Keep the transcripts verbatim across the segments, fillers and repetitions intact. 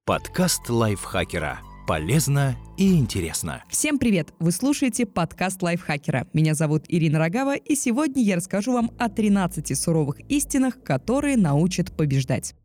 Подкаст лайфхакера. Полезно и интересно. Всем привет! Вы слушаете подкаст лайфхакера. Меня зовут Ирина Рогава, и сегодня я расскажу вам о тринадцати суровых истинах, которые научат побеждать.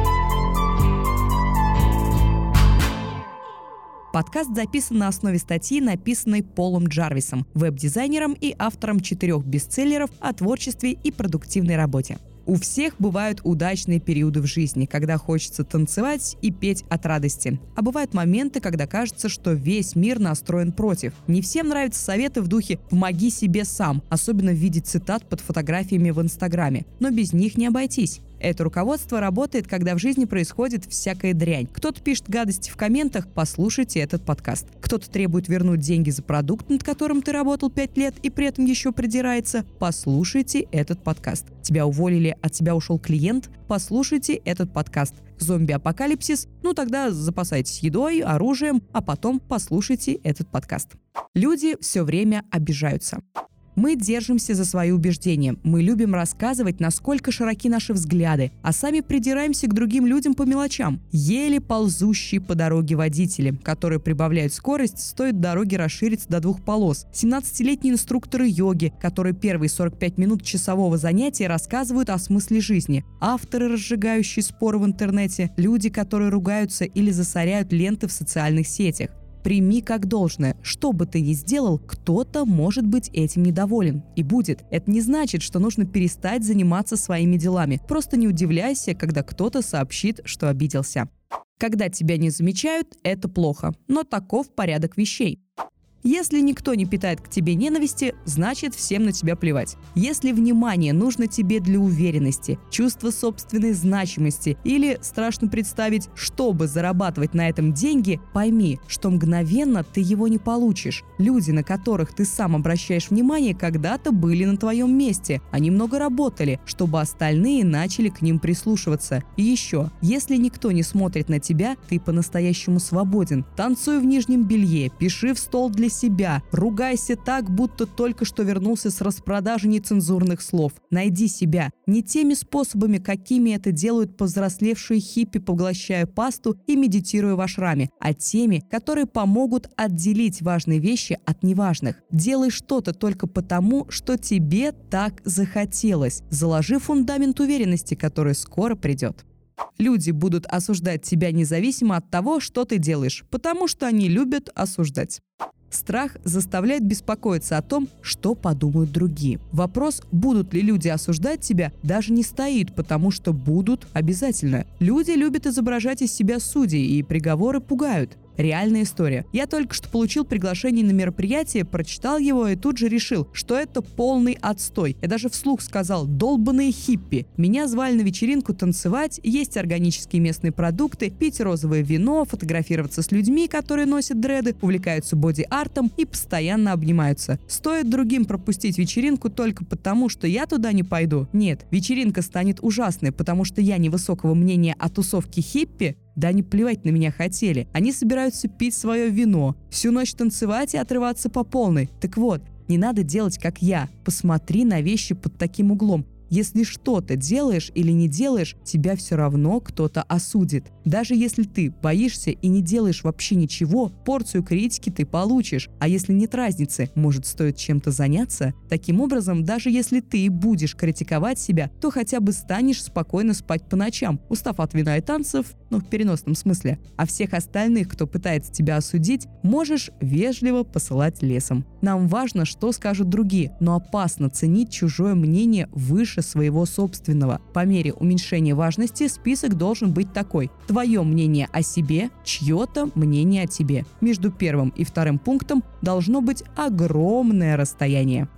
Подкаст записан на основе статьи, написанной Полом Джарвисом, веб-дизайнером и автором четырех бестселлеров о творчестве и продуктивной работе. У всех бывают удачные периоды в жизни, когда хочется танцевать и петь от радости. А бывают моменты, когда кажется, что весь мир настроен против. Не всем нравятся советы в духе «помоги себе сам», особенно в виде цитат под фотографиями в Инстаграме. Но без них не обойтись. Это руководство работает, когда в жизни происходит всякая дрянь. Кто-то пишет гадости в комментах, послушайте этот подкаст. Кто-то требует вернуть деньги за продукт, над которым ты работал пять лет и при этом еще придирается, послушайте этот подкаст. Тебя уволили, от тебя ушел клиент, послушайте этот подкаст. Зомби-апокалипсис, ну тогда запасайтесь едой, оружием, а потом послушайте этот подкаст. Люди все время обижаются. Мы держимся за свои убеждения, мы любим рассказывать, насколько широки наши взгляды, а сами придираемся к другим людям по мелочам. Еле ползущие по дороге водители, которые прибавляют скорость, стоит дороги расшириться до двух полос. семнадцатилетние инструкторы йоги, которые первые сорок пять минут часового занятия рассказывают о смысле жизни. Авторы, разжигающие споры в интернете, люди, которые ругаются или засоряют ленты в социальных сетях. Прими как должное. Что бы ты ни сделал, кто-то может быть этим недоволен. И будет. Это не значит, что нужно перестать заниматься своими делами. Просто не удивляйся, когда кто-то сообщит, что обиделся. Когда тебя не замечают, это плохо. Но таков порядок вещей. Если никто не питает к тебе ненависти, значит всем на тебя плевать. Если внимание нужно тебе для уверенности, чувства собственной значимости или страшно представить, чтобы зарабатывать на этом деньги, пойми, что мгновенно ты его не получишь. Люди, на которых ты сам обращаешь внимание, когда-то были на твоем месте. Они много работали, чтобы остальные начали к ним прислушиваться. И еще, если никто не смотрит на тебя, ты по-настоящему свободен. Танцуй в нижнем белье, пиши в стол для себя, ругайся так, будто только что вернулся с распродажи нецензурных слов. Найди себя не теми способами, какими это делают повзрослевшие хиппи, поглощая пасту и медитируя в ашраме, а теми, которые помогут отделить важные вещи от неважных. Делай что-то только потому, что тебе так захотелось. Заложи фундамент уверенности, который скоро придет. Люди будут осуждать тебя независимо от того, что ты делаешь, потому что они любят осуждать. Страх заставляет беспокоиться о том, что подумают другие. Вопрос, будут ли люди осуждать тебя, даже не стоит, потому что будут обязательно. Люди любят изображать из себя судей, и приговоры пугают. Реальная история. Я только что получил приглашение на мероприятие, прочитал его и тут же решил, что это полный отстой. Я даже вслух сказал «долбаные хиппи». Меня звали на вечеринку танцевать, есть органические местные продукты, пить розовое вино, фотографироваться с людьми, которые носят дреды, увлекаются боди-артом и постоянно обнимаются. Стоит другим пропустить вечеринку только потому, что я туда не пойду? Нет, вечеринка станет ужасной, потому что я невысокого мнения о тусовке хиппи. Да они плевать на меня хотели. Они собираются пить свое вино, всю ночь танцевать и отрываться по полной. Так вот, не надо делать как я. Посмотри на вещи под таким углом. Если что-то делаешь или не делаешь, тебя все равно кто-то осудит. Даже если ты боишься и не делаешь вообще ничего, порцию критики ты получишь. А если нет разницы, может, стоит чем-то заняться? Таким образом, даже если ты и будешь критиковать себя, то хотя бы станешь спокойно спать по ночам, устав от вина и танцев, ну, в переносном смысле. А всех остальных, кто пытается тебя осудить, можешь вежливо посылать лесом. Нам важно, что скажут другие, но опасно ценить чужое мнение выше своего собственного. По мере уменьшения важности список должен быть такой: твое мнение о себе, чье-то мнение о тебе. Между первым и вторым пунктом должно быть огромное расстояние.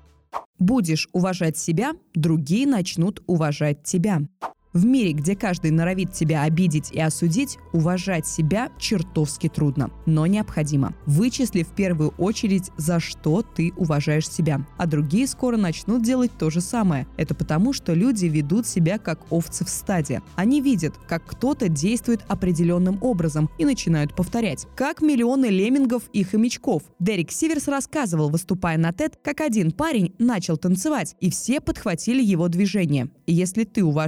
Будешь уважать себя, другие начнут уважать тебя. В мире, где каждый норовит тебя обидеть и осудить, уважать себя чертовски трудно, но необходимо. Вычисли в первую очередь, за что ты уважаешь себя, а другие скоро начнут делать то же самое. Это потому, что люди ведут себя как овцы в стаде. Они видят, как кто-то действует определенным образом и начинают повторять. Как миллионы леммингов и хомячков. Дерек Сиверс рассказывал, выступая на тед, как один парень начал танцевать, и все подхватили его движение. И если ты уважаешь себя,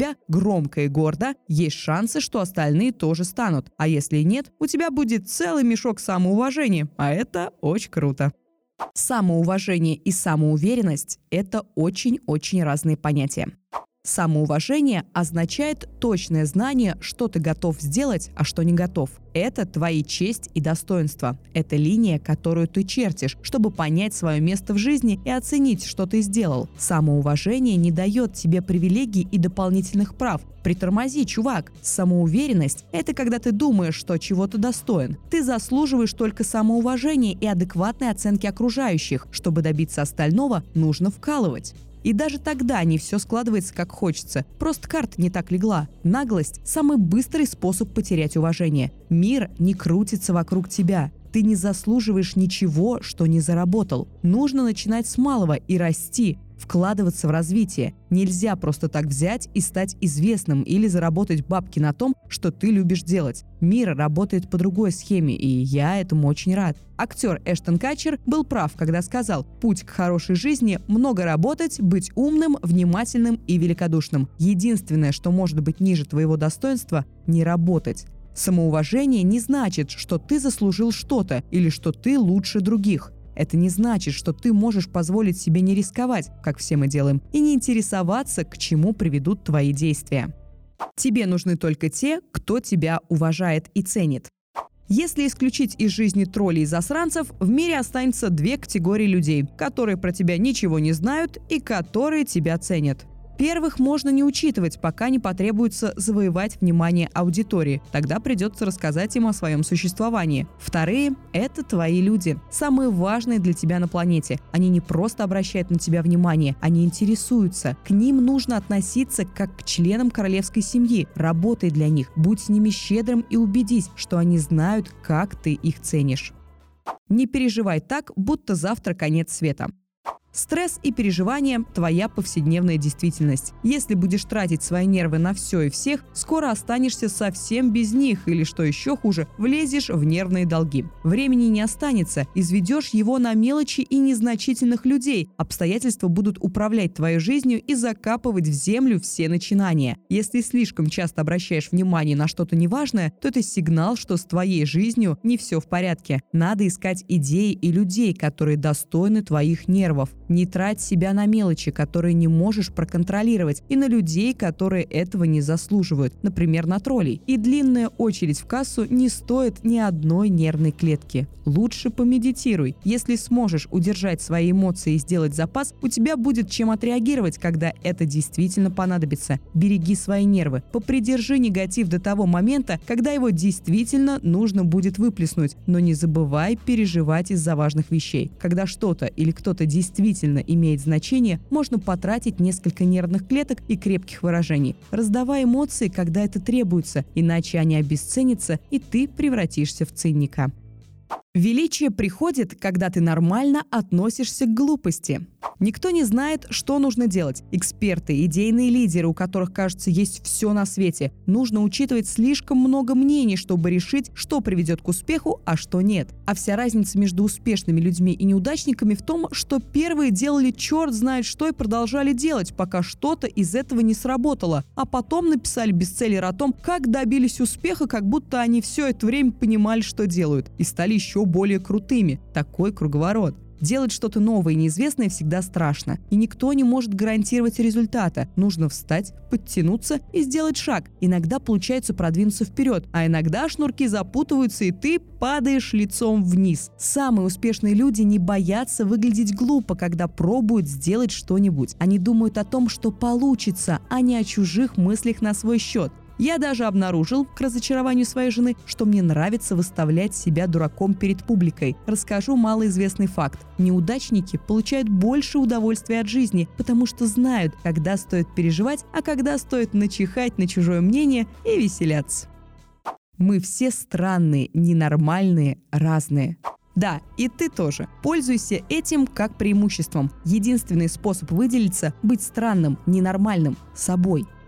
себя громко и гордо, есть шансы, что остальные тоже станут. А если нет, у тебя будет целый мешок самоуважения, а это очень круто. Самоуважение и самоуверенность – это очень-очень разные понятия. Самоуважение означает точное знание, что ты готов сделать, а что не готов. Это твои честь и достоинство. Это линия, которую ты чертишь, чтобы понять свое место в жизни и оценить, что ты сделал. Самоуважение не дает тебе привилегий и дополнительных прав. Притормози, чувак. Самоуверенность – это когда ты думаешь, что чего-то достоин. Ты заслуживаешь только самоуважения и адекватной оценки окружающих. Чтобы добиться остального, нужно вкалывать. И даже тогда не все складывается как хочется. Просто карта не так легла. Наглость – самый быстрый способ потерять уважение. Мир не крутится вокруг тебя. Ты не заслуживаешь ничего, что не заработал. Нужно начинать с малого и расти, вкладываться в развитие. Нельзя просто так взять и стать известным или заработать бабки на том, что ты любишь делать. Мир работает по другой схеме, и я этому очень рад. Актер Эштон Катчер был прав, когда сказал: «Путь к хорошей жизни – много работать, быть умным, внимательным и великодушным. Единственное, что может быть ниже твоего достоинства – не работать». Самоуважение не значит, что ты заслужил что-то или что ты лучше других. Это не значит, что ты можешь позволить себе не рисковать, как все мы делаем, и не интересоваться, к чему приведут твои действия. Тебе нужны только те, кто тебя уважает и ценит. Если исключить из жизни троллей и засранцев, в мире останется две категории людей, которые про тебя ничего не знают и которые тебя ценят. Первых можно не учитывать, пока не потребуется завоевать внимание аудитории. Тогда придется рассказать им о своем существовании. Вторые – это твои люди. Самые важные для тебя на планете. Они не просто обращают на тебя внимание, они интересуются. К ним нужно относиться как к членам королевской семьи. Работай для них, будь с ними щедрым и убедись, что они знают, как ты их ценишь. Не переживай так, будто завтра конец света. Стресс и переживания – твоя повседневная действительность. Если будешь тратить свои нервы на все и всех, скоро останешься совсем без них или, что еще хуже, влезешь в нервные долги. Времени не останется, изведешь его на мелочи и незначительных людей. Обстоятельства будут управлять твоей жизнью и закапывать в землю все начинания. Если слишком часто обращаешь внимание на что-то неважное, то это сигнал, что с твоей жизнью не все в порядке. Надо искать идеи и людей, которые достойны твоих нервов. Не трать себя на мелочи, которые не можешь проконтролировать, и на людей, которые этого не заслуживают, например, на троллей. И длинная очередь в кассу не стоит ни одной нервной клетки. Лучше помедитируй. Если сможешь удержать свои эмоции и сделать запас, у тебя будет чем отреагировать, когда это действительно понадобится. Береги свои нервы. Попридержи негатив до того момента, когда его действительно нужно будет выплеснуть. Но не забывай переживать из-за важных вещей. Когда что-то или кто-то действительно имеет значение, можно потратить несколько нервных клеток и крепких выражений. Раздавай эмоции, когда это требуется, иначе они обесценятся, и ты превратишься в циника. Величие приходит, когда ты нормально относишься к глупости. Никто не знает, что нужно делать. Эксперты, идейные лидеры, у которых, кажется, есть все на свете. Нужно учитывать слишком много мнений, чтобы решить, что приведет к успеху, а что нет. А вся разница между успешными людьми и неудачниками в том, что первые делали черт знает что и продолжали делать, пока что-то из этого не сработало. А потом написали бестселлер о том, как добились успеха, как будто они все это время понимали, что делают, и стали еще более крутыми. Такой круговорот. Делать что-то новое и неизвестное всегда страшно, и никто не может гарантировать результата. Нужно встать, подтянуться и сделать шаг. Иногда получается продвинуться вперед, а иногда шнурки запутываются, и ты падаешь лицом вниз. Самые успешные люди не боятся выглядеть глупо, когда пробуют сделать что-нибудь. Они думают о том, что получится, а не о чужих мыслях на свой счет. Я даже обнаружил, к разочарованию своей жены, что мне нравится выставлять себя дураком перед публикой. Расскажу малоизвестный факт. Неудачники получают больше удовольствия от жизни, потому что знают, когда стоит переживать, а когда стоит начихать на чужое мнение и веселяться. Мы все странные, ненормальные, разные. Да, и ты тоже. Пользуйся этим как преимуществом. Единственный способ выделиться – быть странным, ненормальным, собой.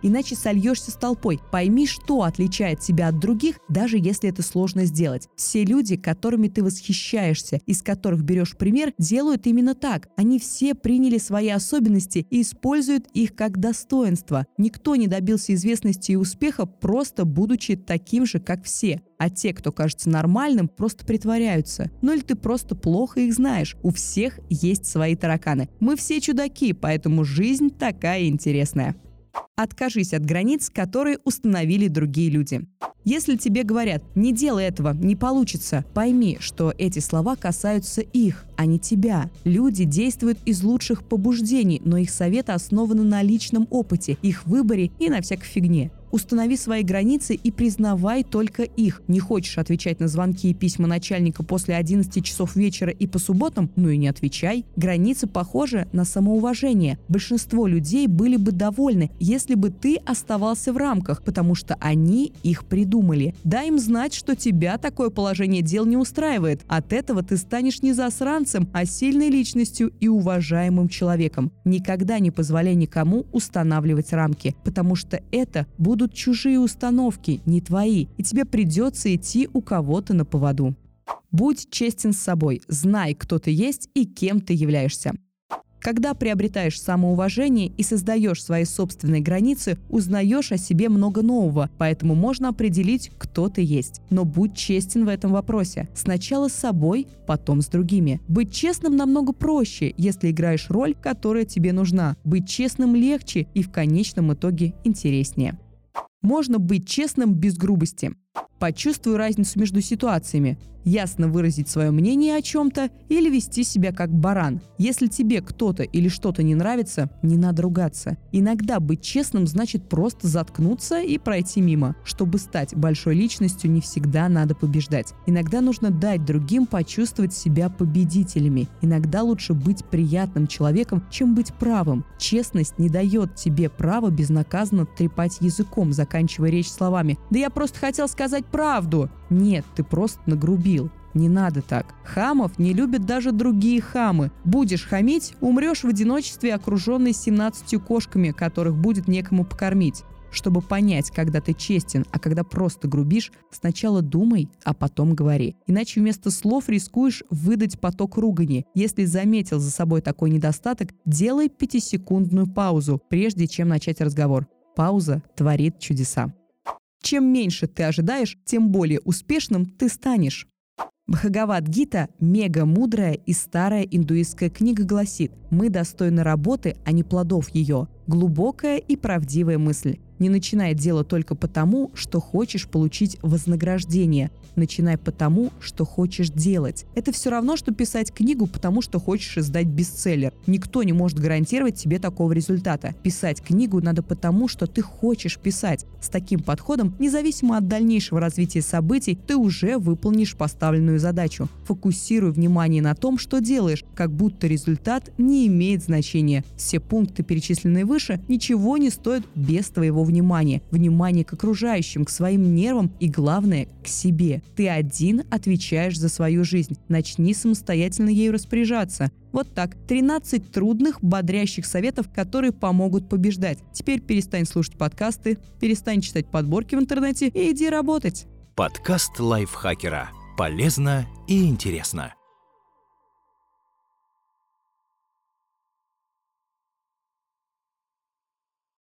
иначе сольешься с толпой. Пойми, что отличает тебя от других, даже если это сложно сделать. Все люди, которыми ты восхищаешься, из которых берешь пример, делают именно так. Они все приняли свои особенности и используют их как достоинство. Никто не добился известности и успеха, просто будучи таким же, как все. А те, кто кажется нормальным, просто притворяются. Ну или ты просто плохо их знаешь. У всех есть свои тараканы. Мы все чудаки, поэтому жизнь такая интересная. Откажись от границ, которые установили другие люди. Если тебе говорят «не делай этого, не получится», пойми, что эти слова касаются их, а не тебя. Люди действуют из лучших побуждений, но их советы основаны на личном опыте, их выборе и на всякой фигне. Установи свои границы и признавай только их. Не хочешь отвечать на звонки и письма начальника после одиннадцати часов вечера и по субботам? Ну и не отвечай. Границы похожи на самоуважение. Большинство людей были бы довольны, если бы ты оставался в рамках, потому что они их придумали. Дай им знать, что тебя такое положение дел не устраивает. От этого ты станешь не засранцем, а сильной личностью и уважаемым человеком. Никогда не позволяй никому устанавливать рамки, потому что это будут чужие установки, не твои, и тебе придется идти у кого-то на поводу. Будь честен с собой, знай, кто ты есть и кем ты являешься. Когда приобретаешь самоуважение и создаешь свои собственные границы, узнаешь о себе много нового, поэтому можно определить, кто ты есть. Но будь честен в этом вопросе. Сначала с собой, потом с другими. Быть честным намного проще, если играешь роль, которая тебе нужна. Быть честным легче и в конечном итоге интереснее. Можно быть честным без грубости. Почувствуй разницу между ситуациями. Ясно выразить свое мнение о чем-то или вести себя как баран. Если тебе кто-то или что-то не нравится, не надо ругаться. Иногда быть честным значит просто заткнуться и пройти мимо. Чтобы стать большой личностью, не всегда надо побеждать. Иногда нужно дать другим почувствовать себя победителями. Иногда лучше быть приятным человеком, чем быть правым. Честность не дает тебе права безнаказанно трепать языком, заканчивая речь словами «да я просто хотел сказать правду». Нет, ты просто нагрубил. Не надо так. Хамов не любят даже другие хамы. Будешь хамить, умрешь в одиночестве, окруженный семнадцатью кошками, которых будет некому покормить. Чтобы понять, когда ты честен, а когда просто грубишь, сначала думай, а потом говори. Иначе вместо слов рискуешь выдать поток ругани. Если заметил за собой такой недостаток, делай пятисекундную паузу, прежде чем начать разговор. Пауза творит чудеса. Чем меньше ты ожидаешь, тем более успешным ты станешь. Бхагавад-гита, мега-мудрая и старая индуистская книга, гласит: «Мы достойны работы, а не плодов ее». Глубокая и правдивая мысль. Не начинай дело только потому, что хочешь получить вознаграждение. Начинай потому, что хочешь делать. Это все равно, что писать книгу, потому что хочешь издать бестселлер. Никто не может гарантировать тебе такого результата. Писать книгу надо потому, что ты хочешь писать. С таким подходом, независимо от дальнейшего развития событий, ты уже выполнишь поставленную задачу. Фокусируй внимание на том, что делаешь, как будто результат не имеет значения. Все пункты, перечисленные выше, ничего не стоят без твоего внимания. Внимание к окружающим, к своим нервам и, главное, к себе. Ты один отвечаешь за свою жизнь. Начни самостоятельно ею распоряжаться. Вот так. тринадцать трудных, бодрящих советов, которые помогут побеждать. Теперь перестань слушать подкасты, перестань читать подборки в интернете и иди работать. Подкаст лайфхакера. Полезно и интересно.